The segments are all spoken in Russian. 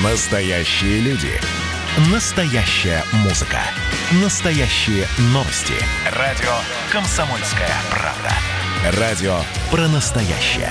Настоящие люди. Настоящая музыка. Настоящие новости. Радио «Комсомольская правда». Радио про настоящее.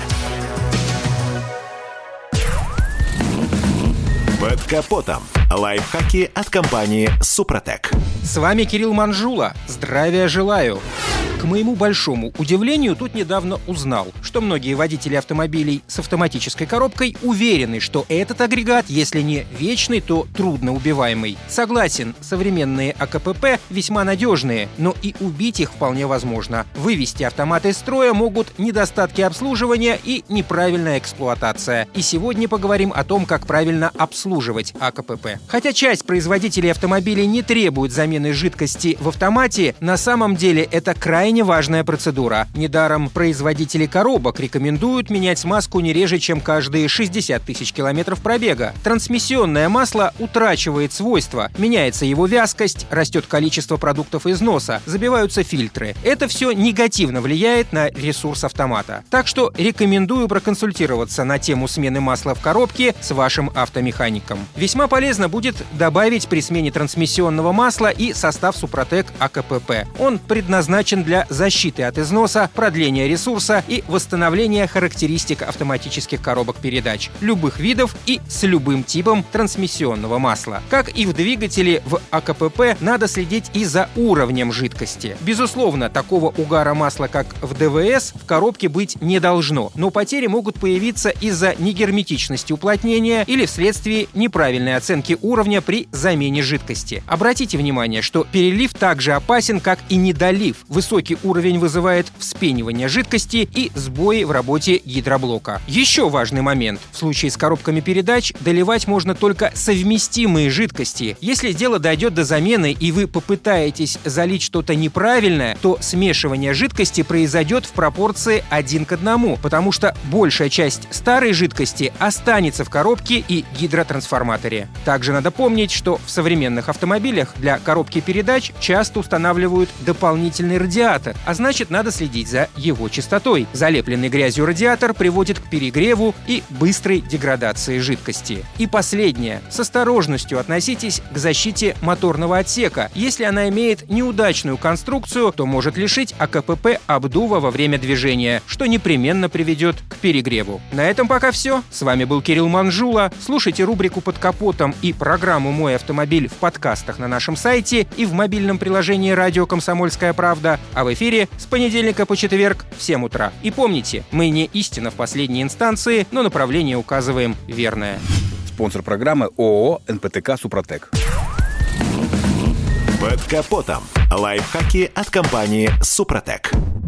Под капотом. Лайфхаки от компании «Супротек». С вами Кирилл Манжула. Здравия желаю. К моему большому удивлению, тут недавно узнал, что многие водители автомобилей с автоматической коробкой уверены, что этот агрегат, если не вечный, то трудноубиваемый. Согласен, современные АКПП весьма надежные, но и убить их вполне возможно. Вывести автомат из строя могут недостатки обслуживания и неправильная эксплуатация. И сегодня поговорим о том, как правильно обслуживать АКПП. Хотя часть производителей автомобилей не требует замены жидкости в автомате, на самом деле это крайне важная процедура. Недаром производители коробок рекомендуют менять смазку не реже, чем каждые 60 тысяч километров пробега. Трансмиссионное масло утрачивает свойства, меняется его вязкость, растет количество продуктов износа, забиваются фильтры. Это все негативно влияет на ресурс автомата. Так что рекомендую проконсультироваться на тему смены масла в коробке с вашим автомехаником. Весьма полезно будет добавить при смене трансмиссионного масла и состав Супротек АКПП. Он предназначен для защиты от износа, продления ресурса и восстановления характеристик автоматических коробок передач любых видов и с любым типом трансмиссионного масла. Как и в двигателе, в АКПП надо следить и за уровнем жидкости. Безусловно, такого угара масла, как в ДВС, в коробке быть не должно, но потери могут появиться из-за негерметичности уплотнения или вследствие неправильной оценки уровня при замене жидкости. Обратите внимание, что перелив также опасен, как и недолив. Высокий уровень вызывает вспенивание жидкости и сбои в работе гидроблока. Еще важный момент. В случае с коробками передач доливать можно только совместимые жидкости. Если дело дойдет до замены и вы попытаетесь залить что-то неправильное, то смешивание жидкости произойдет в пропорции 1:1, потому что большая часть старой жидкости останется в коробке и гидротрансформаторе. Также надо помнить, что в современных автомобилях для коробки передач часто устанавливают дополнительный радиатор, а значит, надо следить за его чистотой. Залепленный грязью радиатор приводит к перегреву и быстрой деградации жидкости. И последнее. С осторожностью относитесь к защите моторного отсека. Если она имеет неудачную конструкцию, то может лишить АКПП обдува во время движения, что непременно приведет к перегреву. На этом пока все. С вами был Кирилл Манжула. Слушайте рубрику «Под капотом» и программу «Мой автомобиль» в подкастах на нашем сайте и в мобильном приложении «Радио Комсомольская правда», а в эфире с понедельника по четверг в 7 утра. И помните, мы не истина в последней инстанции, но направление указываем верное. Спонсор программы ООО «НПТК Супротек». Под капотом. Лайфхаки от компании «Супротек».